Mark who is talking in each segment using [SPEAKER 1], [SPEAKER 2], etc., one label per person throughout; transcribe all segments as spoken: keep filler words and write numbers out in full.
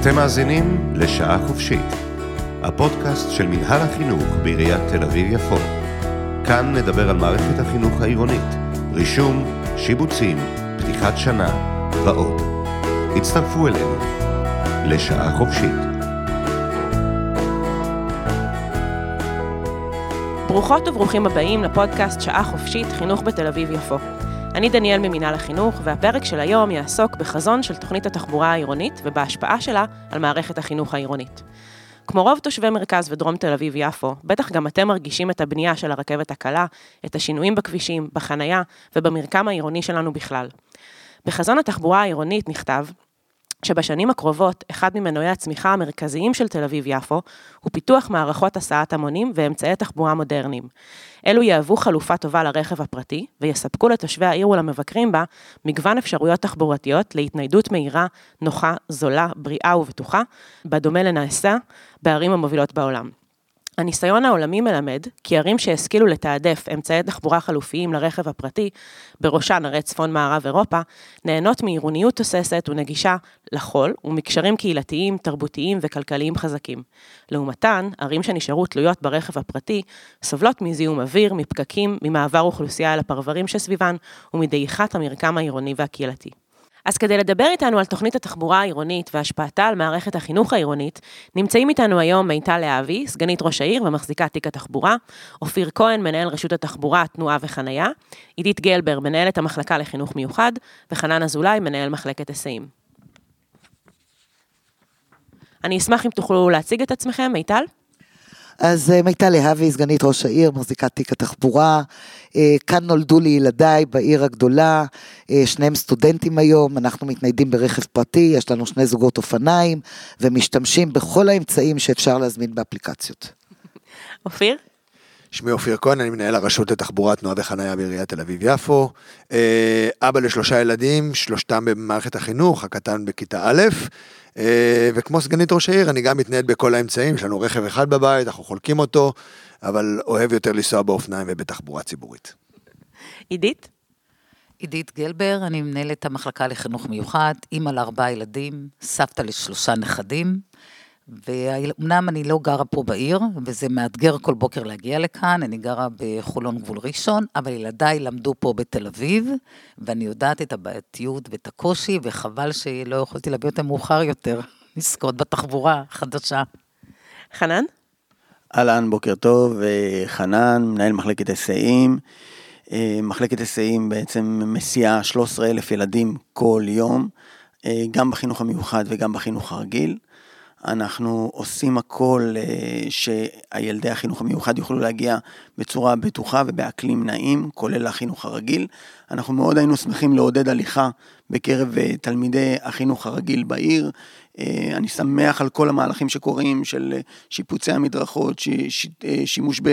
[SPEAKER 1] אתם מאזינים לשעה חופשית, הפודקאסט של מנהל החינוך בעיריית תל אביב-יפו. כאן נדבר על מערכת החינוך העירונית, רישום, שיבוצים, פתיחת שנה ועוד. הצטרפו אלינו לשעה חופשית.
[SPEAKER 2] ברוכות וברוכים הבאים לפודקאסט שעה חופשית חינוך בתל אביב-יפו. אני דניאל ממנהל החינוך, והפרק של היום יעסוק בחזון של תוכנית התחבורה העירונית ובהשפעה שלה על מערכת החינוך העירונית. כמו רוב תושבי מרכז ודרום תל אביב-יפו, בטח גם אתם מרגישים את הבנייה של הרכבת הקלה, את השינויים בכבישים, בחנייה ובמרקם העירוני שלנו בכלל. בחזון התחבורה העירונית נכתב שבשנים הקרובות, אחד ממנועי הצמיחה המרכזיים של תל אביב-יפו, הוא פיתוח מערכות הסעת המונים ואמצעי תחבורה מודרניים. אלו יהוו חלופה טובה לרכב הפרטי, ויספקו לתושבי העיר ולמבקרים בה מגוון אפשרויות תחבורתיות להתניידות מהירה, נוחה, זולה, בריאה ובטוחה, בדומה לנעשה בערים המובילות בעולם. הניסיון העולמי מלמד כי ערים שהשכילו לתעדף אמצעי תחבורה חלופיים לרכב הפרטי, בראשן ערי צפון מערב אירופה, נהנות מעירוניות תוססת ונגישה לחול ומקשרים קהילתיים, תרבותיים וכלכליים חזקים. לעומתן, ערים שנשארו תלויות ברכב הפרטי, סובלות מזיהום אוויר, מפקקים, ממעבר אוכלוסייה אל הפרברים שסביבן ומדעיכת המרקם העירוני והקהילתי. אז כדי לדבר איתנו על תוכנית התחבורה העירונית והשפעתה על מערכת החינוך העירונית, נמצאים איתנו היום מיטל להבי, סגנית ראש העיר ומחזיקת תיק התחבורה, אופיר כהן, מנהל רשות התחבורה, תנועה וחנייה, עידית גלבר, מנהלת המחלקה לחינוך מיוחד, וחנן אזולאי, מנהל מחלקת היסעים. אני אשמח אם תוכלו להציג את עצמכם, מיטל.
[SPEAKER 3] אז מיטל להבי, סגנית ראש העיר, מחזיקת תיק התחבורה, כאן נולדו לי ילדיי בעיר הגדולה, שניהם סטודנטים היום, אנחנו מתניידים ברכב פרטי, יש לנו שני זוגות אופניים, ומשתמשים בכל האמצעים שאפשר להזמין באפליקציות.
[SPEAKER 2] אופיר?
[SPEAKER 4] שמי אופיר כהן, אני מנהל הרשות לתחבורה, תנועה וחנייה בעיריית תל אביב-יפו, אבא לשלושה ילדים, שלושתם במערכת החינוך, הקטן בכיתה א', וכמו סגנית ראש העיר, אני גם מתנהל בכל האמצעים, יש לנו רכב אחד בבית, אנחנו חולקים אותו, אבל אוהב יותר לנסוע באופניים ובתחבורה ציבורית.
[SPEAKER 2] עידית?
[SPEAKER 5] עידית גלבר, אני מנהלת המחלקה לחינוך מיוחד, אמא לארבעה ילדים, סבתא לשלושה נכדים, ואומנם אני לא גרה פה בעיר, וזה מאתגר כל בוקר להגיע לכאן, אני גרה בחולון גבול ראשון, אבל ילדיי למדו פה בתל אביב, ואני יודעת את הבעייתיות ואת הקושי, וחבל שלא יכולתי להביא אותם מאוחר יותר, לזכות בתחבורה חדשה.
[SPEAKER 2] חנן?
[SPEAKER 6] אהלן, בוקר טוב, חנן, מנהל מחלקת היסעים, מחלקת היסעים בעצם מסיעה שלושה עשר אלף ילדים כל יום, גם בחינוך המיוחד וגם בחינוך הרגיל, אנחנו עושים הכל שהילדי החינוך המיוחד יוכלו להגיע בצורה בטוחה ובאקלים נעים, כולל החינוך הרגיל. אנחנו מאוד היינו שמחים לעודד הליכה בקרב תלמידי החינוך הרגיל בעיר. אני שמח על כל המהלכים שקורים של שיפוצי המדרכות, שימוש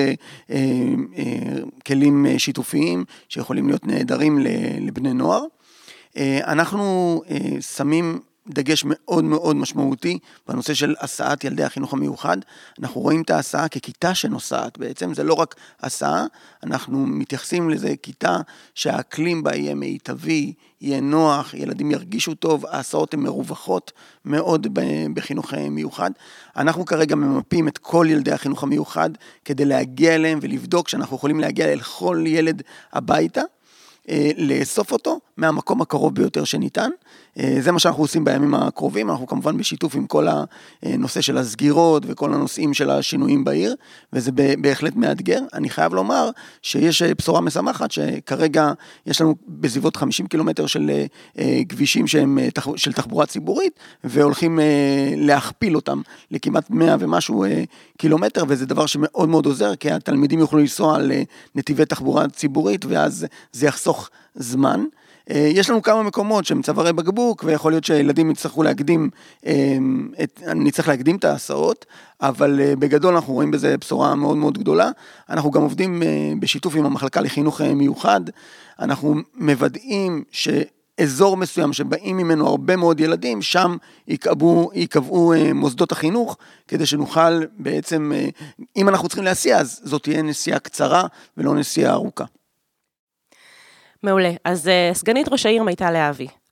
[SPEAKER 6] בכלים שיתופיים שיכולים להיות נהדרים לבני נוער. אנחנו שמים דגש מאוד מאוד משמעותי בנושא של הסעת ילדי החינוך המיוחד. אנחנו רואים את ההסעה ככיתה שנוסעת בעצם, זה לא רק הסעה, אנחנו מתייחסים לזה כיתה שהאקלים בה יהיה מיטבי, יהיה נוח, ילדים ירגישו טוב, ההסעות הן מרווחות מאוד בחינוך מיוחד. אנחנו כרגע ממפים את כל ילדי החינוך המיוחד כדי להגיע אליהם ולבדוק שאנחנו יכולים להגיע אל כל ילד הביתה, לאסוף אותו מהמקום הקרוב ביותר שניתן. זה מה שאנחנו עושים בימים הקרובים, אנחנו כמובן בשיתוף עם כל הנושא של הסגירות וכל הנושאים של השינויים בעיר, וזה בהחלט מאתגר. אני חייב לומר שיש בשורה משמחת שכרגע יש לנו בסביבות חמישים קילומטר של כבישים שהם של תחבורה ציבורית, והולכים להכפיל אותם לכמעט מאה ומשהו קילומטר, וזה דבר שמאוד מאוד עוזר, כי התלמידים יוכלו לנסוע על נתיבי תחבורה ציבורית, ואז זה יחסוך זמן. יש לנו כמה מקומות שהם צווארי בקבוק, ויכול להיות שילדים יצטרכו להקדים, אני צריך להקדים את ההסעות, אבל בגדול אנחנו רואים בזה בשורה מאוד מאוד גדולה. אנחנו גם עובדים בשיתוף עם המחלקה לחינוך מיוחד, אנחנו מוודאים שאזור מסוים שבאים ממנו הרבה מאוד ילדים, שם יקבעו, יקבעו מוסדות החינוך, כדי שנוכל בעצם, אם אנחנו צריכים להסיע, אז זאת תהיה נסיעה קצרה ולא נסיעה ארוכה.
[SPEAKER 2] מעולה. אז סגנית ראש העיר מיטל להבי,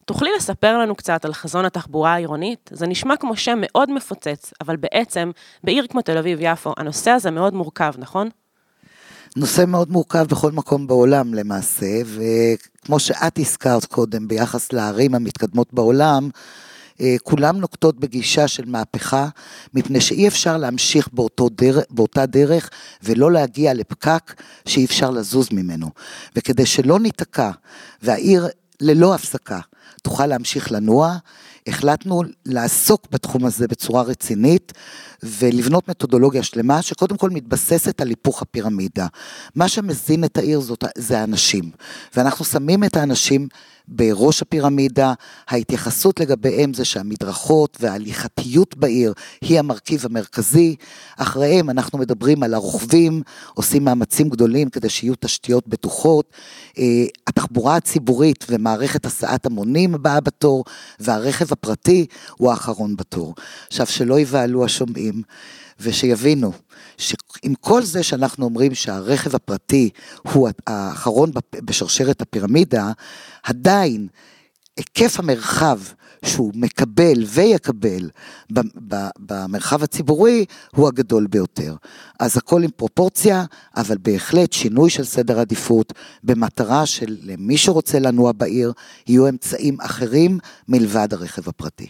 [SPEAKER 2] תוכלי לספר לנו קצת על חזון התחבורה העירונית? זה נשמע כמו שם מאוד מפוצץ, אבל בעצם, בעיר כמו תל אביב-יפו, הנושא הזה מאוד מורכב, נכון?
[SPEAKER 3] נושא מאוד מורכב בכל מקום בעולם למעשה, וכמו שאת הזכרת קודם ביחס לערים המתקדמות בעולם, כולם נוקטות בגישה של מהפכה, מפני שאי אפשר להמשיך באותו דרך, באותה דרך, ולא להגיע לפקק שאי אפשר לזוז ממנו. וכדי שלא ניתקע, והעיר ללא הפסקה תוכל להמשיך לנוע, החלטנו לעסוק בתחום הזה בצורה רצינית, ולבנות מתודולוגיה שלמה, שקודם כל מתבססת על היפוך הפירמידה. מה שמזין את העיר זאת, זה האנשים, ואנחנו שמים את האנשים בראש הפירמידה. ההתייחסות לגביהם זה שהמדרכות וההליכתיות בעיר היא המרכיב המרכזי. אחריהם אנחנו מדברים על הרוכבים, עושים מאמצים גדולים כדי שיהיו תשתיות בטוחות, התחבורה הציבורית ומערכת הסעת המונים הבאה בתור, והרכב הפרטי הוא האחרון בתור. עכשיו שלא יבעלו השומעים, ושיבינו שעם כל זה שאנחנו אומרים שהרכב הפרטי הוא האחרון בשרשרת הפירמידה, עדיין היקף המרחב שהוא מקבל ויקבל במרחב הציבורי הוא הגדול ביותר. אז הכל עם פרופורציה, אבל בהחלט שינוי של סדר עדיפות, במטרה של למי שרוצה לנוע בעיר, יהיו אמצעים אחרים מלבד הרכב הפרטי.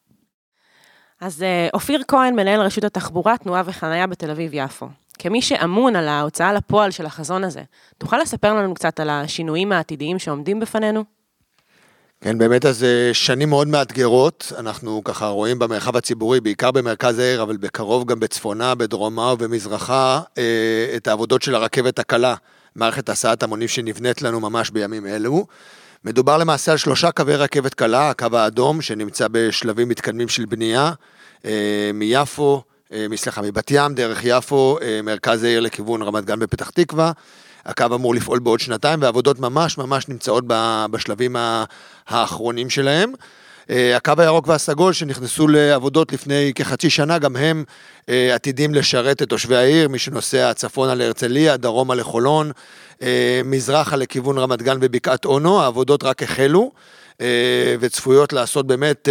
[SPEAKER 2] אז אופיר כהן, מנהל רשות התחבורה, תנועה וחנייה בתל אביב-יפו. כמי שאמון על ההוצאה לפועל של החזון הזה, תוכל לספר לנו קצת על השינויים העתידיים שעומדים בפנינו?
[SPEAKER 4] כן, באמת אז שנים מאוד מאתגרות, אנחנו ככה רואים במרחב הציבורי, בעיקר במרכז העיר, אבל בקרוב גם בצפונה, בדרומה ובמזרחה, את העבודות של הרכבת הקלה, מערכת הסעת המונים שנבנית לנו ממש בימים אלו. מדובר למעשה על שלושה קווי רכבת קלה, הקו האדום שנמצא בשלבים מתקדמים של בנייה, מיפו, מסליחה, מבת ים, דרך יפו, מרכז העיר לכיוון רמת גן בפתח תקווה, הקו אמור לפעול בעוד שנתיים, והעבודות ממש ממש נמצאות בשלבים האחרונים שלהם. הקו הירוק והסגול שנכנסו לעבודות לפני כחצי שנה, גם הם עתידים לשרת את תושבי העיר, מי שנוסע צפונה להרצליה, דרומה לחולון, מזרחה לכיוון רמת גן ובקעת אונו. העבודות רק החלו, וצפויות לעשות באמת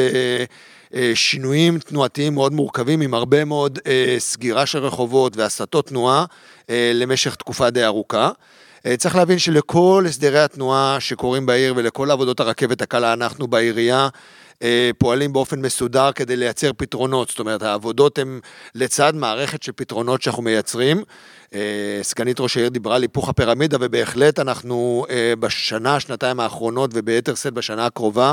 [SPEAKER 4] שינויים תנועתיים מאוד מורכבים, עם הרבה מאוד סגירה של רחובות והסטות תנועה למשך תקופה די ארוכה. צריך להבין שלכל הסדרי התנועה שקורים בעיר ולכל עבודות הרכבת הקלה, אנחנו בעירייה פועלים באופן מסודר כדי לייצר פתרונות. זאת אומרת, העבודות הן לצד מערכת של פתרונות שאנחנו מייצרים. סגנית ראש העיר דיברה על היפוך הפירמידה, ובהחלט אנחנו בשנה, שנתיים האחרונות וביתר שאת בשנה הקרובה,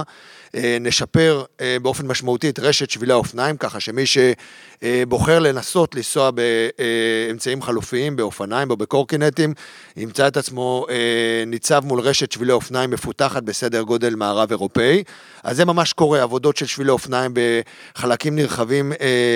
[SPEAKER 4] נשפר באופן משמעותי את רשת שבילי האופניים, ככה שמי שבוחר לנסות לנסוע באמצעים חלופיים, באופניים או בקורקינטים, ימצא את עצמו ניצב מול רשת שבילי אופניים מפותחת בסדר גודל מערב אירופאי. אז זה ממש קורה, עבודות של שבילי אופניים בחלקים נרחבים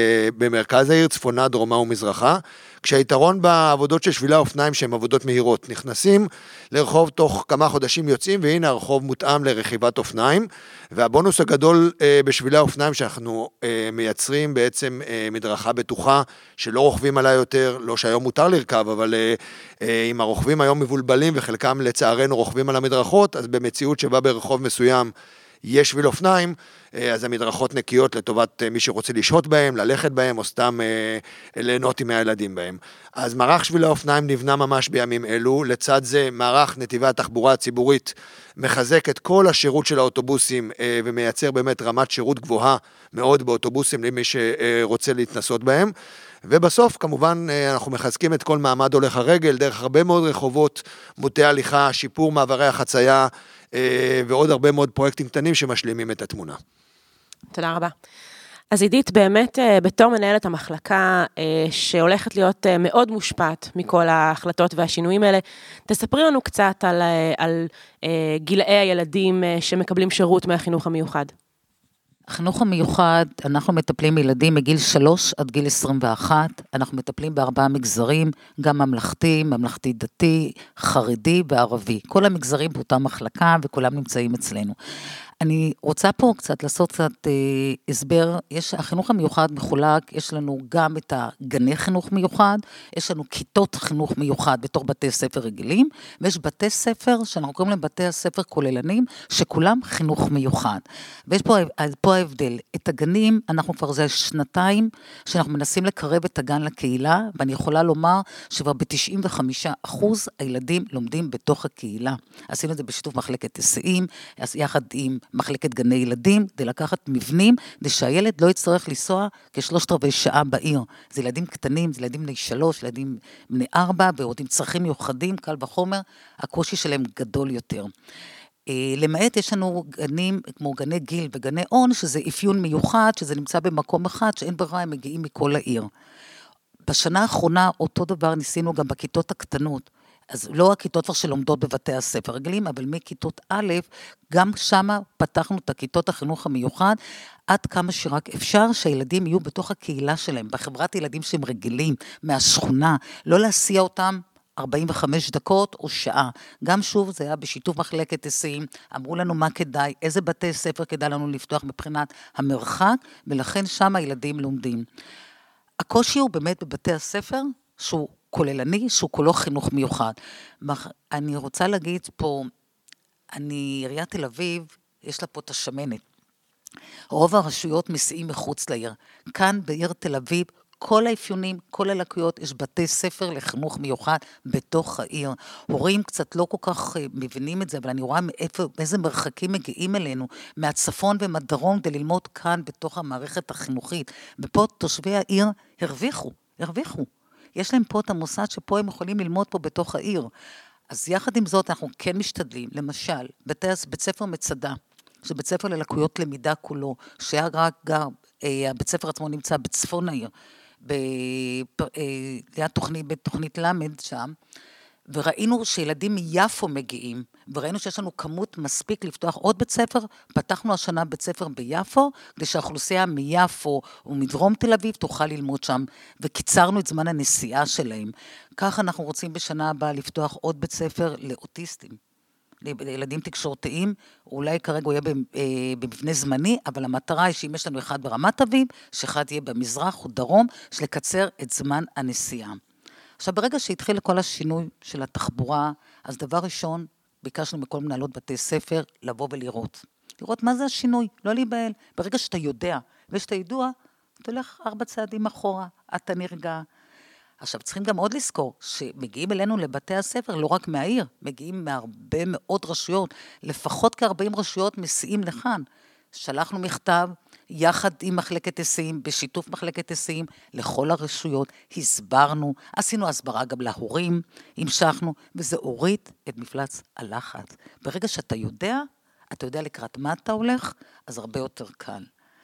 [SPEAKER 4] במרכז העיר, צפונה, דרומה ומזרחה. כשהיתרון בעבודות של שבילי האופניים שהן עבודות מהירות, נכנסים לרחוב תוך כמה חודשים יוצאים, והנה הרחוב מותאם לרכיבת אופניים, והבונוס הגדול בשבילי האופניים שאנחנו מייצרים בעצם מדרכה בטוחה, שלא רוכבים עליה יותר, לא שהיום מותר לרכב, אבל אם הרוכבים היום מבולבלים וחלקם לצערנו רוכבים על המדרכות, אז במציאות שבה ברחוב מסוים יש שביל אופניים, אז המדרכות נקיות לטובת מי שרוצה לשהות בהם, ללכת בהם, או סתם אה, ליהנות עם הילדים בהם. אז מערך שבילי האופניים נבנה ממש בימים אלו, לצד זה מערך נתיבי התחבורה הציבורית מחזק את כל השירות של האוטובוסים, אה, ומייצר באמת רמת שירות גבוהה מאוד באוטובוסים למי שרוצה להתנסות בהם. ובסוף כמובן אנחנו מחזקים את כל מעמד הולך הרגל, דרך הרבה מאוד רחובות, מוטי הליכה, שיפור מעברי החצייה, ועוד הרבה מאוד פרויקטים קטנים שמשלימים את התמונה.
[SPEAKER 2] תודה רבה. אז עידית, באמת בתור מנהלת המחלקה שהולכת להיות מאוד מושפעת מכל ההחלטות והשינויים האלה, תספרי לנו קצת על, על גילאי הילדים שמקבלים שירות מהחינוך המיוחד.
[SPEAKER 5] החינוך המיוחד, אנחנו מטפלים בילדים מגיל שלוש עד גיל עשרים ואחת, אנחנו מטפלים בארבעה מגזרים, גם ממלכתי, ממלכתי דתי, חרדי וערבי. כל המגזרים באותה מחלקה וכולם נמצאים אצלנו. אני רוצה פה קצת לעשות קצת אה, הסבר, יש, החינוך המיוחד מחולק, יש לנו גם את הגני חינוך מיוחד, יש לנו כיתות חינוך מיוחד בתוך בתי ספר רגילים, ויש בתי ספר שאנחנו קוראים להם בתי הספר כוללנים, שכולם חינוך מיוחד. ויש פה, פה ההבדל, את הגנים, אנחנו כבר זה שנתיים, שאנחנו מנסים לקרב את הגן לקהילה, ואני יכולה לומר שכבר ב-תשעים וחמישה אחוז הילדים לומדים בתוך הקהילה. עשינו את זה בשיתוף מחלקת היסעים, יחד עם מחלקת גני ילדים, כדי לקחת מבנים, כדי שהילד לא יצטרך לנסוע כשלושת רבעי שעה בעיר. זה ילדים קטנים, זה ילדים בני שלוש, ילדים בני ארבע, ועוד עם צרכים מיוחדים, קל וחומר, הקושי שלהם גדול יותר. למעט יש לנו גנים כמו גני גיל וגני און, שזה אפיון מיוחד, שזה נמצא במקום אחד, שאין ברירה, הם מגיעים מכל העיר. בשנה האחרונה, אותו דבר ניסינו גם בכיתות הקטנות, אז לא הכיתות כבר שלומדות בבתי הספר רגילים, אבל מכיתות א', גם שמה פתחנו את הכיתות החינוך המיוחד, עד כמה שרק אפשר שהילדים יהיו בתוך הקהילה שלהם, בחברת ילדים שהם רגילים, מהשכונה, לא להסיע אותם ארבעים וחמש דקות או שעה. גם שוב, זה היה בשיתוף מחלקת היסעים, אמרו לנו מה כדאי, איזה בתי ספר כדאי לנו לפתוח מבחינת המרחק, ולכן שם הילדים לומדים. הקושי הוא באמת בבתי הספר, שהוא כוללני, שהוא כולו חינוך מיוחד. אני רוצה להגיד פה, אני, עיריית תל אביב, יש לה פה את השמנת. רוב הרשויות מסיעים מחוץ לעיר. כאן בעיר תל אביב, כל האפיונים, כל הלקויות, יש בתי ספר לחינוך מיוחד בתוך העיר. הורים קצת לא כל כך מבינים את זה, אבל אני רואה מאיפה, באיזה מרחקים מגיעים אלינו, מהצפון ומהדרום, כדי ללמוד כאן בתוך המערכת החינוכית. ופה תושבי העיר הרוויחו, הרוויחו. יש להם פה את המוסד שפה הם יכולים ללמוד פה בתוך העיר. אז יחד עם זאת אנחנו כן משתדלים, למשל, בית, בית ספר מצדה, זה בית ספר ללקויות למידה כולו, שהיה רק גר, אה, הבית ספר עצמו נמצא בצפון העיר, ב, אה, ליד תוכנית, בתוכנית למד שם, וראינו שילדים מיפו מגיעים, וראינו שיש לנו כמות מספיק לפתוח עוד בית ספר, פתחנו השנה בית ספר ביפו, כדי שהאוכלוסייה מיפו ומדרום תל אביב תוכל ללמוד שם, וקיצרנו את זמן הנסיעה שלהם. כך אנחנו רוצים בשנה הבאה לפתוח עוד בית ספר לאוטיסטים, לילדים תקשורתיים, אולי כרגע הוא יהיה במבנה זמני, אבל המטרה היא שאם יש לנו אחד ברמת אביב, שאחד יהיה במזרח או דרום, שלקצר את זמן הנסיעה. עכשיו, ברגע שהתחיל כל השינוי של התחבורה, אז דבר ראשון, ביקשנו מכל מנהלות בתי ספר לבוא ולראות. לראות מה זה השינוי, לא להיבהל. ברגע שאתה יודע, ושאתה ידוע, אתה הולך ארבע צעדים אחורה, אתה נרגע. עכשיו, צריכים גם עוד לזכור, שמגיעים אלינו לבתי הספר, לא רק מהעיר, מגיעים מהרבה מאוד רשויות, לפחות כ-ארבעים רשויות מסיעים לכאן. שלחנו מכתב, יחד עם מחלקת היסעים, בשיתוף מחלקת היסעים, לכל הרשויות, הסברנו, עשינו הסברה גם להורים, המשכנו, וזה הוריד את מפלץ הלחץ. ברגע שאתה יודע, אתה יודע לקראת מה אתה הולך, אז הרבה יותר קל.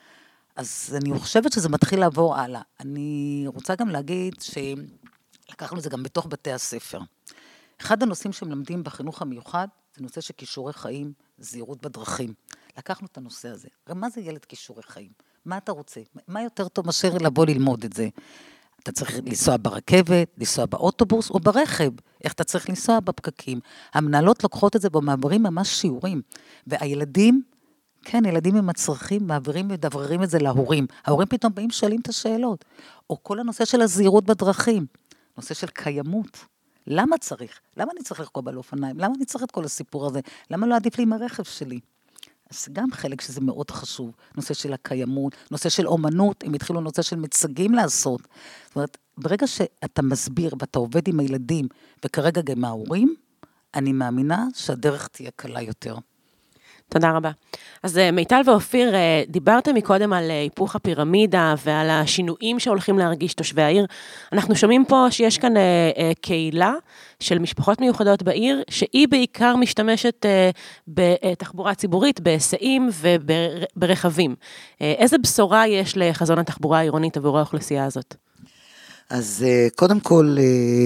[SPEAKER 5] אז אני חושבת שזה מתחיל לעבור הלאה. אני רוצה גם להגיד שלקחנו את זה גם בתוך בתי הספר. אחד הנושאים שמלמדים בחינוך המיוחד, זה נושא של כישורי חיים, זהירות בדרכים. לקחנו את הנושא הזה. הרי מה זה ילד כישורי חיים? מה אתה רוצה? מה יותר טוב מאשר לבוא ללמוד את זה? אתה צריך לנסוע ברכבת, לנסוע באוטובוס או ברכב. איך אתה צריך לנסוע בפקקים? המנהלות לוקחות את זה במעברים ממש שיעורים. והילדים, כן, ילדים עם הצרכים, מעבירים ודבררים את זה להורים. ההורים פתאום באים שואלים את השאלות. או כל הנושא של הזהירות בדרכים. נושא של קיימות. למה צריך? למה אני צריך לרכוב על אופניים? למה אני צריך את כל הסיפור הזה? למה לא עדיף לי עם הרכב שלי? אז גם חלק שזה מאוד חשוב, נושא של הקיימות, נושא של אומנות, הם התחילו נושא של מצגים לעשות. זאת אומרת, ברגע שאתה מסביר ואתה עובד עם הילדים, וכרגע גם עם ההורים, אני מאמינה שהדרך תהיה קלה יותר.
[SPEAKER 2] תודה רבה. אז מיטל ואופיר, דיברתם מקודם על היפוך הפירמידה ועל השינויים שהולכים להרגיש תושבי העיר. אנחנו שומעים פה שיש כאן קהילה של משפחות מיוחדות בעיר, שהיא בעיקר משתמשת בתחבורה ציבורית, בהיסעים וברכבים. איזה בשורה יש לחזון התחבורה העירונית עבור האוכלוסייה הזאת?
[SPEAKER 3] אז קודם כל,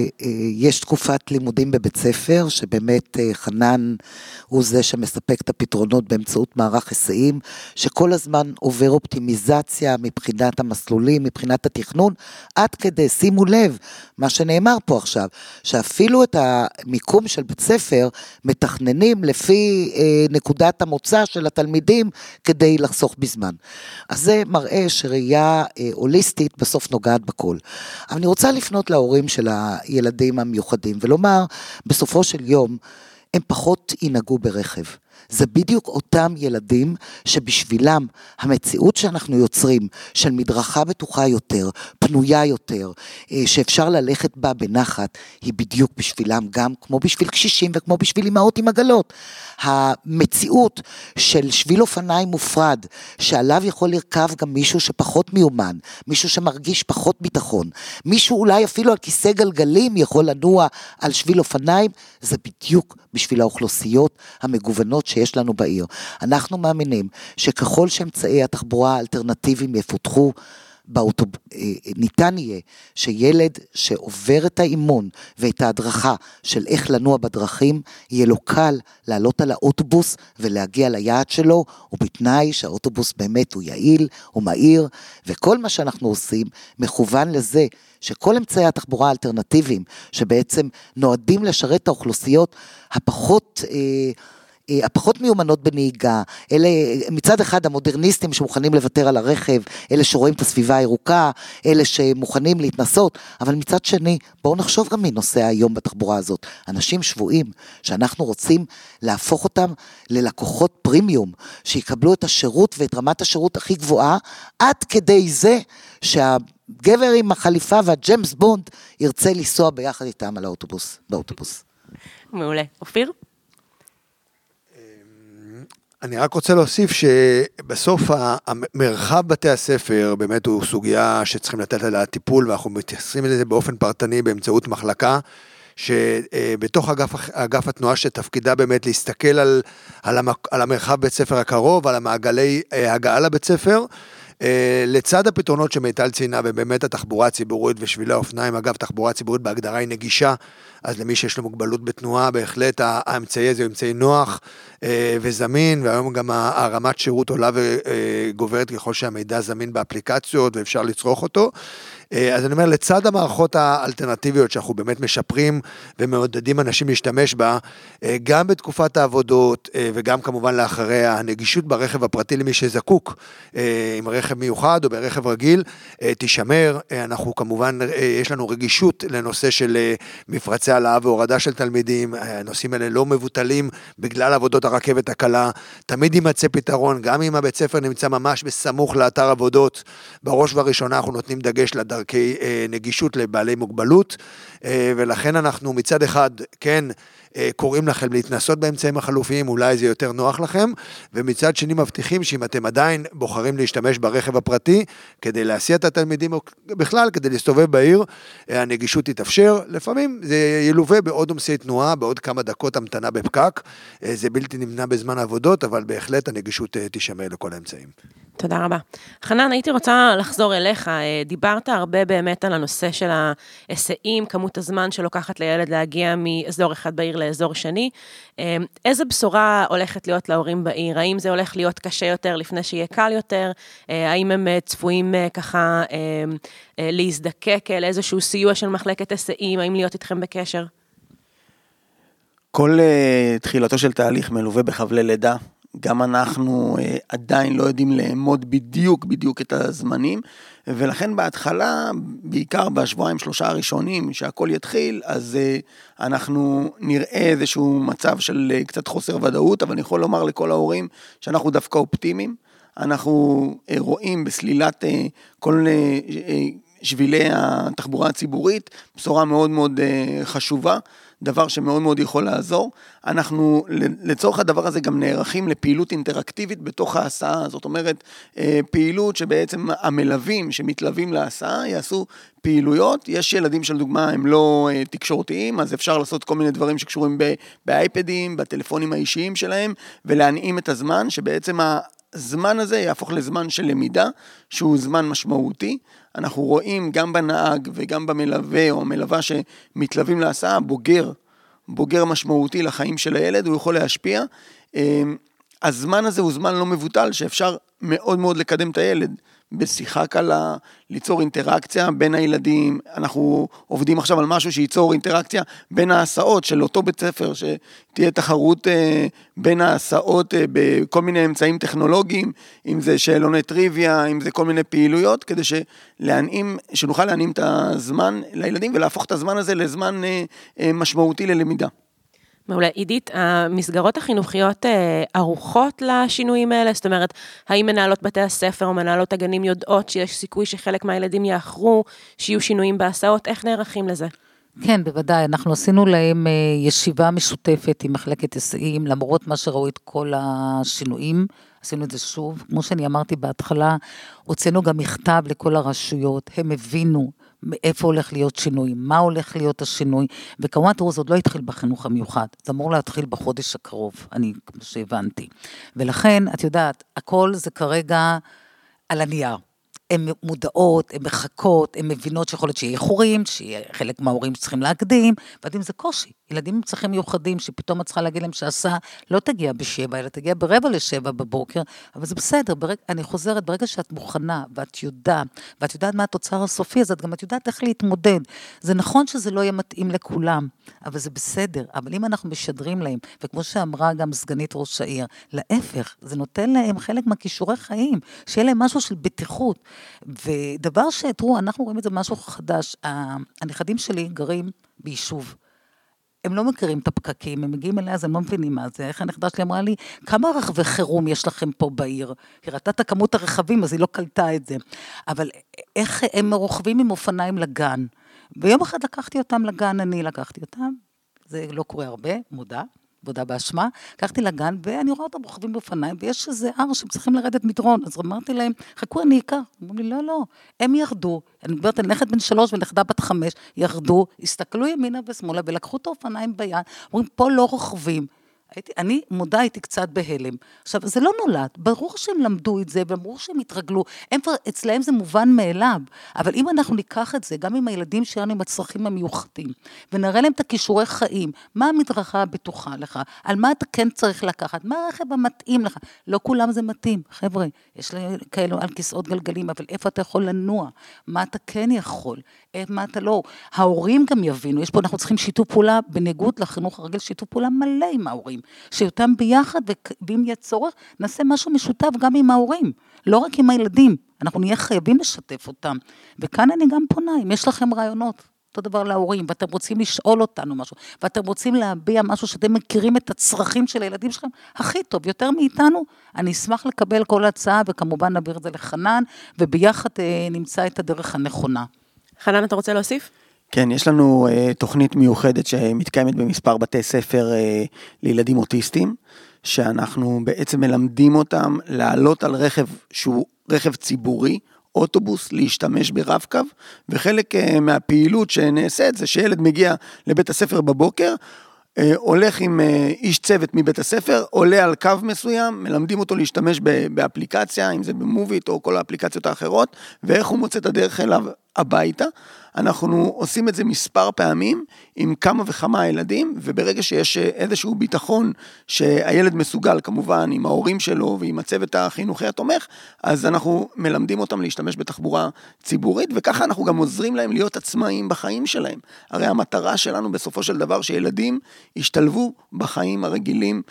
[SPEAKER 3] יש תקופת לימודים בבית ספר, שבאמת חנן הוא זה שמספק את הפתרונות באמצעות מערך היסעים, שכל הזמן עובר אופטימיזציה מבחינת המסלולים, מבחינת התכנון, עד כדי, שימו לב, מה שנאמר פה עכשיו, שאפילו את המיקום של בית ספר, מתכננים לפי נקודת המוצא של התלמידים, כדי לחסוך בזמן. אז זה מראה שראייה הוליסטית בסוף נוגעת בכל. אבל אני רוצה לפנות להורים של הילדים המיוחדים, ולומר, בסופו של יום, הם פחות ינהגו ברכב. זה בדיוק אותם ילדים שבשבילם המציאות שאנחנו יוצרים של מדרכה בטוחה יותר, פנויה יותר, שאפשר ללכת בה בנחת, היא בדיוק בשבילם גם כמו בשביל קשישים וכמו בשביל אמהות עם עגלות. המציאות של שביל אופניים מופרד, שעליו יכול לרכב גם מישהו שפחות מיומן, מישהו שמרגיש פחות ביטחון, מישהו אולי אפילו על כיסא גלגלים יכול לנוע על שביל אופניים, זה בדיוק בשביל האוכלוסיות המגוונות שיש לנו בעיר. אנחנו מאמינים שככל שאמצעי התחבורה האלטרנטיביים יפותחו, באוטוב... ניתן יהיה שילד שעובר את האימון ואת ההדרכה של איך לנוע בדרכים, יהיה לו קל לעלות על האוטובוס ולהגיע ליעד שלו, ובתנאי שהאוטובוס באמת הוא יעיל, הוא מהיר, וכל מה שאנחנו עושים מכוון לזה שכל אמצעי התחבורה האלטרנטיביים, שבעצם נועדים לשרת את האוכלוסיות הפחות... אה, הפחות מיומנות בנהיגה, אלה מצד אחד המודרניסטים שמוכנים לוותר על הרכב, אלה שרואים את הסביבה הירוקה, אלה שמוכנים להתנסות, אבל מצד שני, בואו נחשוב גם מי נוסע היום בתחבורה הזאת, אנשים שבועים, שאנחנו רוצים להפוך אותם ללקוחות פרימיום, שיקבלו את השירות ואת רמת השירות הכי גבוהה, עד כדי זה שהגבר עם החליפה והג'יימס בונד ירצה לנסוע ביחד איתם על האוטובוס, באוטובוס.
[SPEAKER 2] מעולה. אופיר?
[SPEAKER 4] אני רק רוצה להוסיף שבסוף המרחב בתי הספר באמת הוא סוגיה שצריכים לתת עליה טיפול, ואנחנו מתייחסים לזה באופן פרטני באמצעות מחלקה, שבתוך אגף, אגף התנועה שתפקידה באמת להסתכל על, על, המק, על המרחב בית ספר הקרוב, על המעגלי הגעה לבית ספר, לצד הפתרונות שמיטל ציינה, ובאמת התחבורה הציבורית ושבילי האופניים, אגב, תחבורה ציבורית בהגדרה היא נגישה, אז למי שיש לו מוגבלות בתנועה, בהחלט האמצעי הזה הוא אמצעי נוח וזמין, והיום גם הרמת שירות עולה וגוברת ככל שהמידע זמין באפליקציות, ואפשר לצרוך אותו. אז אני אומר, לצד המערכות האלטרנטיביות שאנחנו באמת משפרים ומעודדים אנשים להשתמש בה, גם בתקופת העבודות וגם כמובן לאחרי הנגישות ברכב הפרטי למי שזקוק, עם רכב מיוחד או ברכב רגיל, תשמר. אנחנו כמובן, יש לנו רגישות לנושא של מפרצי העלאה והורדה של תלמידים, הנושאים האלה לא מבוטלים בגלל עבודות הרכבת הקלה, תמיד יימצא פתרון, גם אם הבית ספר נמצא ממש בסמוך לאתר עבודות, בראש ובראשונה אנחנו נותנים דגש לדרך, דרכי נגישות לבעלי מוגבלות, ולכן אנחנו מצד אחד, כן, קוראים לכם להתנסות באמצעים החלופיים, אולי זה יותר נוח לכם, ומצד שני מבטיחים שאם אתם עדיין בוחרים להשתמש ברכב הפרטי, כדי להסיע את התלמידים, או בכלל כדי להסתובב בעיר, הנגישות תתאפשר, לפעמים זה ילווה בעוד עומסי תנועה, בעוד כמה דקות המתנה בפקק, זה בלתי נמנע בזמן העבודות, אבל בהחלט הנגישות תשמר לכל האמצעים.
[SPEAKER 2] תודה רבה. חנן, הייתי רוצה לחזור אליך, דיברת הרבה באמת על הנושא של ההיסעים, כמות הזמן שלוקחת לילד להגיע מאזור אחד בעיר לאזור שני, איזה בשורה הולכת להיות להורים בעיר? האם זה הולך להיות קשה יותר לפני שיהיה קל יותר? האם הם צפויים ככה להזדקק לאיזשהו סיוע של מחלקת היסעים? האם להיות איתכם בקשר?
[SPEAKER 6] כל תחילתו של תהליך מלווה בחבלי לידה, גם אנחנו uh, עדיין לא יודעים לאמוד בדיוק בדיוק את הזמנים, ולכן בהתחלה, בעיקר בשבועיים שלושה הראשונים שהכל יתחיל, אז uh, אנחנו נראה איזשהו מצב של uh, קצת חוסר ודאות, אבל אני יכול לומר לכל ההורים שאנחנו דווקא אופטימיים, אנחנו uh, רואים בסלילת uh, כל uh, uh, שבילי התחבורה הציבורית, בשורה מאוד מאוד uh, חשובה, דבר שמאוד מאוד יכול לעזור. אנחנו לצורך הדבר הזה גם נערכים לפעילות אינטראקטיבית בתוך ההסעה, זאת אומרת, פעילות שבעצם המלווים שמתלווים להסעה יעשו פעילויות. יש ילדים של דוגמה הם לא תקשורתיים, אז אפשר לעשות כל מיני דברים שקשורים באייפדים, בטלפונים האישיים שלהם, ולהנעים את הזמן שבעצם הזמן הזה יהפוך לזמן של למידה, שהוא זמן משמעותי. אנחנו רואים גם בנהג וגם במלווה או המלווה שמתלווים להסעה, בוגר, בוגר משמעותי לחיים של הילד, הוא יכול להשפיע. הזמן הזה הוא זמן לא מבוטל, שאפשר מאוד מאוד לקדם את הילד, בשיחה קלה, ליצור אינטראקציה בין הילדים. אנחנו עובדים עכשיו על משהו שייצור אינטראקציה בין ההסעות של אותו בית ספר, שתהיה תחרות בין ההסעות בכל מיני אמצעים טכנולוגיים, אם זה שאלוני טריוויה, אם זה כל מיני פעילויות, כדי שלהנעים, שנוכל להנעים את הזמן לילדים, ולהפוך את הזמן הזה לזמן משמעותי ללמידה.
[SPEAKER 2] מעולה. עידית, המסגרות החינוכיות ערוכות לשינויים האלה? זאת אומרת, האם מנהלות בתי הספר או מנהלות הגנים יודעות שיש סיכוי שחלק מהילדים יאחרו, שיהיו שינויים בהסעות? איך נערכים לזה?
[SPEAKER 5] כן, בוודאי. אנחנו עשינו להם ישיבה משותפת עם מחלקת היסעים, למרות מה שראו את כל השינויים. עשינו את זה שוב. כמו שאני אמרתי בהתחלה, הוצאנו גם מכתב לכל הרשויות, הם הבינו מאיפה הולך להיות שינוי, מה הולך להיות השינוי, וכמובן, תראו, זה עוד לא התחיל בחינוך המיוחד, זה אמור להתחיל בחודש הקרוב, אני, כמו שהבנתי. ולכן, את יודעת, הכל זה כרגע על הנייר. הן מודעות, הן מחכות, הן מבינות שיכול להיות שיהיה איחורים, שיהיה חלק מההורים שצריכים להקדים, ועדים זה קושי. ילדים עם צרכים מיוחדים, שפתאום את צריכה להגיד להם שהסעה לא תגיע בשבע, אלא תגיע ברבע לשבע בבוקר, אבל זה בסדר, ברג, אני חוזרת, ברגע שאת מוכנה, ואת יודעת, ואת יודעת מה התוצר הסופי, אז את גם את יודעת איך להתמודד. זה נכון שזה לא יהיה מתאים לכולם, אבל זה בסדר. אבל אם אנחנו משדרים להם, וכמו שאמרה גם סגנית ראש העיר, להפך, זה נותן להם חלק מהכישורי חיים, שיהיה להם משהו של בטיחות. ודבר שתראו, אנחנו רואים את זה משהו חדש, הנכדים שלי גרים ביישוב, הם לא מכירים את הפקקים, הם מגיעים אליה, אז הם לא מבינים מה זה. איך הנכדה שלי אמרה לי, כמה רכבי חירום יש לכם פה בעיר? היא ראתה את כמות הרכבים, אז היא לא קלטה את זה. אבל איך הם רוכבים עם אופניים לגן? ויום אחד לקחתי אותם לגן, אני לקחתי אותם, זה לא קורה הרבה, מודע, מודע באשמה, לקחתי לגן, ואני רואה אותם רוכבים באופניים, ויש איזה הר שהם צריכים לרדת מדרון, אז אמרתי להם, חכו, אני אקח. אמרו לי, לא, לא, הם ירדו, אני מדברת על נכד בן שלוש ונכדה בת חמש, ירדו, הסתכלו ימינה ושמאלה, ולקחו את האופניים ביד, אומרים, פה לא רוכבים. הייתי, אני מודע הייתי קצת בהלם. עכשיו, זה לא נולד, ברור שהם למדו את זה, ברור שהם התרגלו, הם, אצלהם זה מובן מאליו, אבל אם אנחנו ניקח את זה, גם עם הילדים שלנו עם הצרכים המיוחדים, ונראה להם את הכישורי חיים, מה המדרכה הבטוחה לך, על מה אתה כן צריך לקחת, מה הרכב המתאים לך, לא כולם זה מתאים, חבר'ה, יש כאלו על כיסאות גלגלים, אבל איפה אתה יכול לנוע, מה אתה כן יכול, מה אתה לא, ההורים גם יבינו, יש פה אנחנו צריכים שיתוף פעולה, בניגוד לחינוך הרגיל, שיתוף פעולה מלא עם ההורים, שאותם ביחד, ואם יהיה צורך, נעשה משהו משותף גם עם ההורים, לא רק עם הילדים, אנחנו נהיה חייבים לשתף אותם, וכאן אני גם פונה, אם יש לכם רעיונות, אותו דבר להורים, ואתם רוצים לשאול אותנו משהו, ואתם רוצים להביע משהו שאתם מכירים את הצרכים של הילדים שלכם, הכי טוב, יותר מאיתנו, אני אשמח לקבל כל הצעה, וכמובן נעביר את זה לחנן, וביחד אה, נמצא את הדרך הנכונה.
[SPEAKER 2] חנן, אתה רוצה להוסיף?
[SPEAKER 6] כן, יש לנו uh, תוכנית מיוחדת שמתקיימת במספר בתי ספר uh, לילדים אוטיסטים, שאנחנו בעצם מלמדים אותם לעלות על רכב שהוא רכב ציבורי, אוטובוס, להשתמש ברב-קו, וחלק uh, מהפעילות שנעשית זה שילד מגיע לבית הספר בבוקר, uh, הולך עם uh, איש צוות מבית הספר, עולה על קו מסוים, מלמדים אותו להשתמש באפליקציה, אם זה במוביט או כל האפליקציות האחרות, ואיך הוא מוצא את הדרך אליו הביתה. אנחנו עושים את זה מספר פעמים עם כמה וכמה ילדים, וברגע שיש איזשהו ביטחון שהילד מסוגל כמובן עם ההורים שלו ועם הצוות החינוכי התומך, אז אנחנו מלמדים אותם להשתמש בתחבורה ציבורית, וככה אנחנו גם עוזרים להם להיות עצמאיים בחיים שלהם. הרי המטרה שלנו בסופו של דבר שילדים ישתלבו בחיים הרגילים,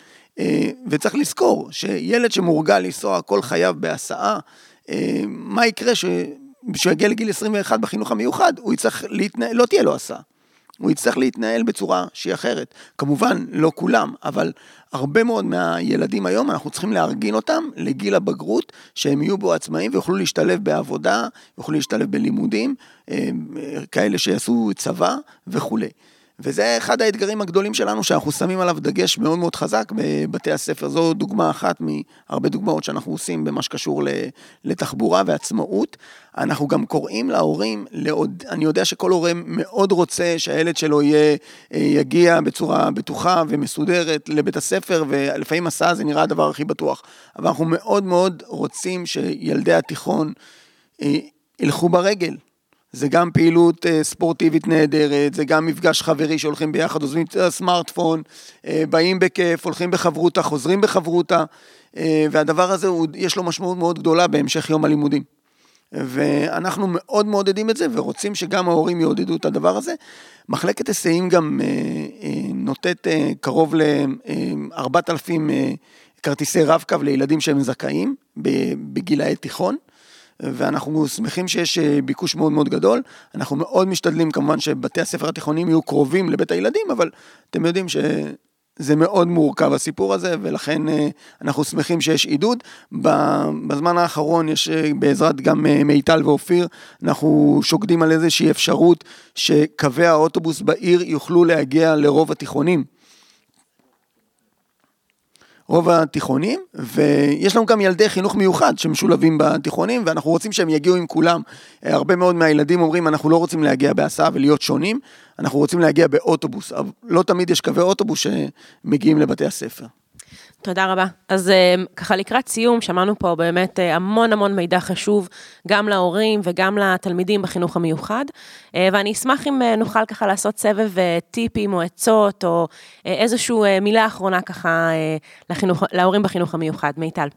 [SPEAKER 6] וצריך לזכור שילד שמורגל לנסוע כל חייו בהסעה, מה יקרה ש... כשהוא יגיע לגיל עשרים ואחת בחינוך המיוחד, הוא יצטרך להתנהל, לא תהיה לו הסעה. הוא יצטרך להתנהל בצורה שהיא אחרת. כמובן, לא כולם, אבל הרבה מאוד מהילדים היום, אנחנו צריכים להרגיל אותם לגיל הבגרות, שהם יהיו בו עצמאים ויוכלו להשתלב בעבודה, יוכלו להשתלב בלימודים, כאלה שיעשו צבא וכו'. וזה אחד האתגרים הגדולים שלנו, שאנחנו שמים עליו דגש מאוד מאוד חזק בבתי הספר. זו דוגמה אחת מהרבה דוגמאות שאנחנו עושים במה שקשור לתחבורה ועצמאות. אנחנו גם קוראים להורים, לעוד, אני יודע שכל הורה מאוד רוצה שהילד שלו יהיה, יגיע בצורה בטוחה ומסודרת לבית הספר, ולפעמים הסעה זה נראה הדבר הכי בטוח. אבל אנחנו מאוד מאוד רוצים שילדי התיכון ילכו ברגל. זה גם פעילות ספורטיבית נהדרת, זה גם מפגש חברי שהולכים ביחד, עוזבים את הסמארטפון, באים בכיף, הולכים בחברותה, חוזרים בחברותה, והדבר הזה יש לו משמעות מאוד גדולה בהמשך יום הלימודים. ואנחנו מאוד מעודדים את זה, ורוצים שגם ההורים יעודדו את הדבר הזה. מחלקת היסעים גם נותנת קרוב ל-ארבעת אלפים כרטיסי רב-קו לילדים שהם זכאים בגילאי תיכון, ואנחנו שמחים שיש ביקוש מאוד מאוד גדול. אנחנו מאוד משתדלים כמובן שבתי הספר התיכוניים יהיו קרובים לבית הילדים, אבל אתם יודעים שזה מאוד מורכב הסיפור הזה, ולכן אנחנו שמחים שיש עידוד. בזמן האחרון יש בעזרת גם מיטל ואופיר, אנחנו שוקדים על איזושהי אפשרות שקווי האוטובוס בעיר יוכלו להגיע לרוב התיכונים. רוב התיכונים, ויש לנו גם ילדי חינוך מיוחד שמשולבים בתיכונים, ואנחנו רוצים שהם יגיעו עם כולם. הרבה מאוד מהילדים אומרים, אנחנו לא רוצים להגיע בהסעה ולהיות שונים, אנחנו רוצים להגיע באוטובוס, אבל לא תמיד יש קווי אוטובוס שמגיעים לבתי הספר.
[SPEAKER 2] תודה רבה. אז ככה לקראת סיום, שמענו פה באמת המון המון מידע חשוב, גם להורים וגם לתלמידים בחינוך המיוחד, ואני אשמח אם נוכל ככה לעשות סבב טיפים או עצות, או איזשהו מילה אחרונה ככה לחינוך, להורים בחינוך המיוחד. מיטל.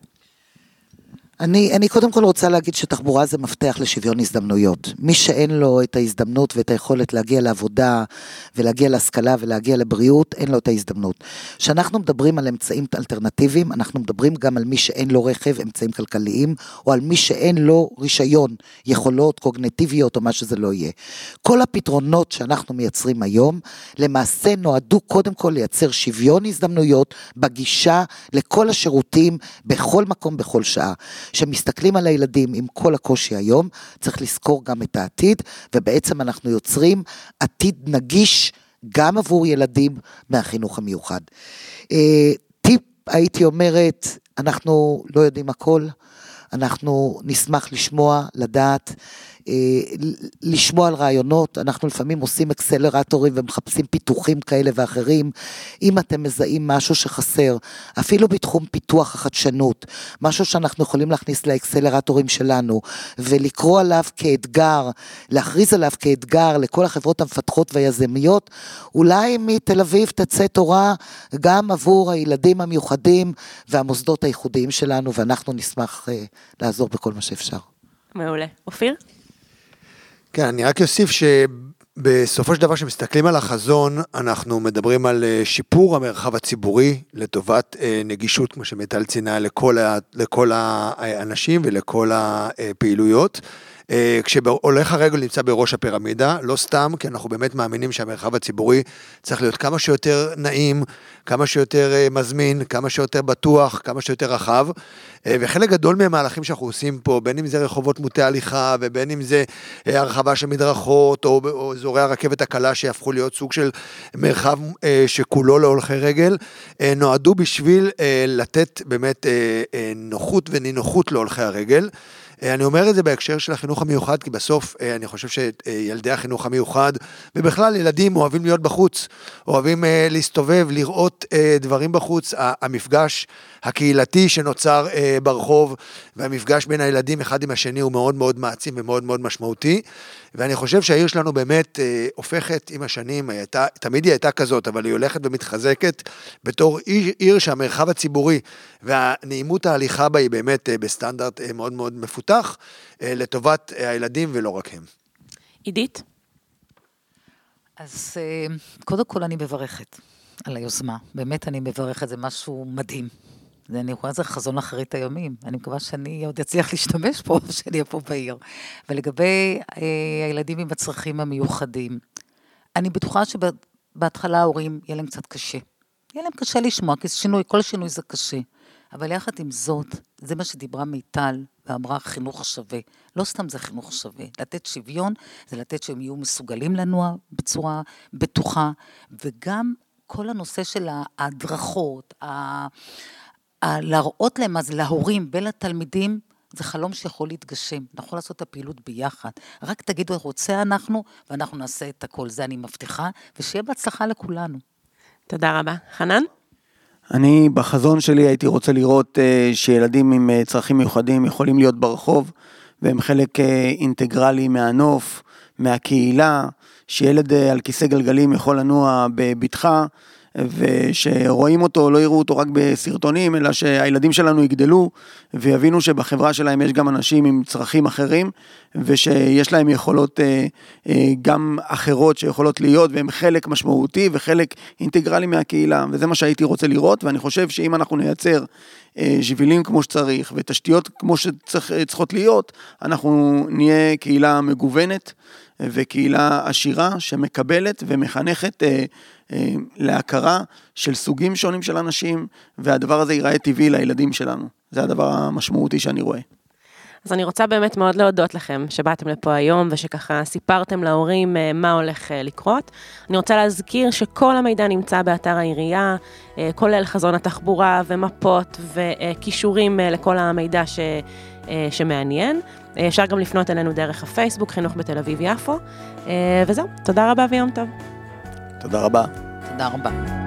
[SPEAKER 3] אני, אני קודם כל רוצה להגיד שתחבורה זה מפתח לשוויון הזדמנויות. מי שאין לו את ההזדמנות ואת היכולת להגיע לעבודה ולהגיע להשכלה ולהגיע לבריאות, אין לו את ההזדמנות. כשאנחנו מדברים על אמצעים אלטרנטיביים, אנחנו מדברים גם על מי שאין לו רכב, אמצעים כלכליים, או על מי שאין לו רישיון, יכולות, קוגניטיביות או מה שזה לא יהיה. כל הפתרונות שאנחנו מייצרים היום, למעשה נועדו קודם כל לייצר שוויון הזדמנויות בגישה לכל השירותים, בכל מקום, בכל שעה. שמסתכלים על הילדים עם כל הקושי היום, צריך לזכור גם את העתיד, ובעצם אנחנו יוצרים עתיד נגיש גם עבור ילדים מהחינוך המיוחד. טיפ, הייתי אומרת, אנחנו לא יודעים הכל, אנחנו נשמח לשמוע, לדעת, לשמוע על רעיונות, אנחנו לפעמים עושים אקסלרטורים ומחפשים פיתוחים כאלה ואחרים. אם אתם מזהים משהו שחסר, אפילו בתחום פיתוח החדשנות, משהו שאנחנו יכולים להכניס לאקסלרטורים שלנו, ולקרוא עליו כאתגר, להכריז עליו כאתגר לכל החברות המפתחות והיזמיות, אולי מתל אביב תצא תורה גם עבור הילדים המיוחדים והמוסדות הייחודיים שלנו, ואנחנו נשמח לעזור בכל מה שאפשר.
[SPEAKER 2] מעולה. אופיר?
[SPEAKER 4] כן, אני רק אוסיף שבסופו של דבר שמסתכלים על החזון, אנחנו מדברים על שיפור המרחב הציבורי, לטובת נגישות, כמו שמיטל ציינה, לכל, לכל האנשים ולכל הפעילויות, כשהולך הרגל נמצא בראש הפירמידה, לא סתם, כי אנחנו באמת מאמינים שהמרחב הציבורי צריך להיות כמה שיותר נעים, כמה שיותר מזמין, כמה שיותר בטוח, כמה שיותר רחב, וחלק גדול מהמהלכים שאנחנו עושים פה, בין אם זה רחובות מוטי הליכה, ובין אם זה הרחבה של מדרכות, או, או אזורי הרכבת הקלה שיהפכו להיות סוג של מרחב שכולו להולכי רגל, נועדו בשביל לתת באמת נוחות ונינוחות להולכי הרגל. אני אומר את זה בהקשר של החינוך המיוחד, כי בסוף אני חושב שילדי החינוך המיוחד, ובכלל ילדים אוהבים להיות בחוץ, אוהבים להסתובב, לראות דברים בחוץ, המפגש הקהילתי שנוצר ברחוב, והמפגש בין הילדים אחד עם השני הוא מאוד מאוד מעצים ומאוד מאוד משמעותי, ואני חושב שהעיר שלנו באמת הופכת עם השנים, הייתה, תמיד היא הייתה כזאת, אבל היא הולכת ומתחזקת בתור עיר, עיר שהמרחב הציבורי והנעימות ההליכה בה היא באמת בסטנדרט מאוד מאוד מפותח, לטובת הילדים ולא רק הם.
[SPEAKER 2] עידית?
[SPEAKER 5] אז קודם כל אני מברכת על היוזמה, באמת אני מברכת, זה משהו מדהים. אני רואה את זה חזון אחרית הימים, אני מקווה שאני עוד אצליח להשתמש פה, שאני אהיה פה בעיר. ולגבי אה, הילדים עם הצרכים המיוחדים, אני בטוחה שבהתחלה ההורים יהיה להם קצת קשה. יהיה להם קשה לשמוע, כי שינוי, כל שינוי זה קשה. אבל יחד עם זאת, זה מה שדיברה מיטל, ואמרה חינוך שווה. לא סתם זה חינוך שווה. לתת שוויון זה לתת שהם יהיו מסוגלים לנוע בצורה בטוחה, וגם כל הנושא של ההדרכות, ה... ה... להראות להם אז להורים ולתלמידים, זה חלום שיכול להתגשם. אנחנו יכולים לעשות את הפעילות ביחד. רק תגידו איך רוצה אנחנו, ואנחנו נעשה את הכל. זה אני מבטיחה, ושיהיה בהצלחה לכולנו.
[SPEAKER 2] תודה רבה. חנן?
[SPEAKER 6] אני בחזון שלי הייתי רוצה לראות uh, שילדים עם uh, צרכים מיוחדים יכולים להיות ברחוב, והם חלק uh, אינטגרלי מהנוף, מהקהילה, שילד uh, על כיסא גלגלים יכול לנוע בבטחה, ושרואים אותו, לא יראו אותו רק בסרטונים, אלא שהילדים שלנו יגדלו, ויבינו שבחברה שלהם יש גם אנשים עם צרכים אחרים, ושיש להם יכולות גם אחרות שיכולות להיות, והם חלק משמעותי וחלק אינטגרלי מהקהילה, וזה מה שהייתי רוצה לראות, ואני חושב שאם אנחנו נייצר שבילים כמו שצריך, ותשתיות כמו שצריכות להיות, אנחנו נהיה קהילה מגוונת, וקהילה עשירה שמקבלת ומחנכת אה, אה, להכרה של סוגים שונים של אנשים, והדבר הזה ייראה טבעי לילדים שלנו. זה הדבר המשמעותי שאני רואה.
[SPEAKER 2] אז אני רוצה באמת מאוד להודות לכם שבאתם לפה היום, ושככה סיפרתם להורים מה הולך לקרות. אני רוצה להזכיר שכל המידע נמצא באתר העירייה, כולל חזון התחבורה ומפות וקישורים לכל המידע ש... שמעניין. אפשר גם לפנות אלינו דרך הפייסבוק, חינוך בתל אביב יפו. וזהו, תודה רבה ויום טוב.
[SPEAKER 6] תודה רבה.
[SPEAKER 5] תודה רבה.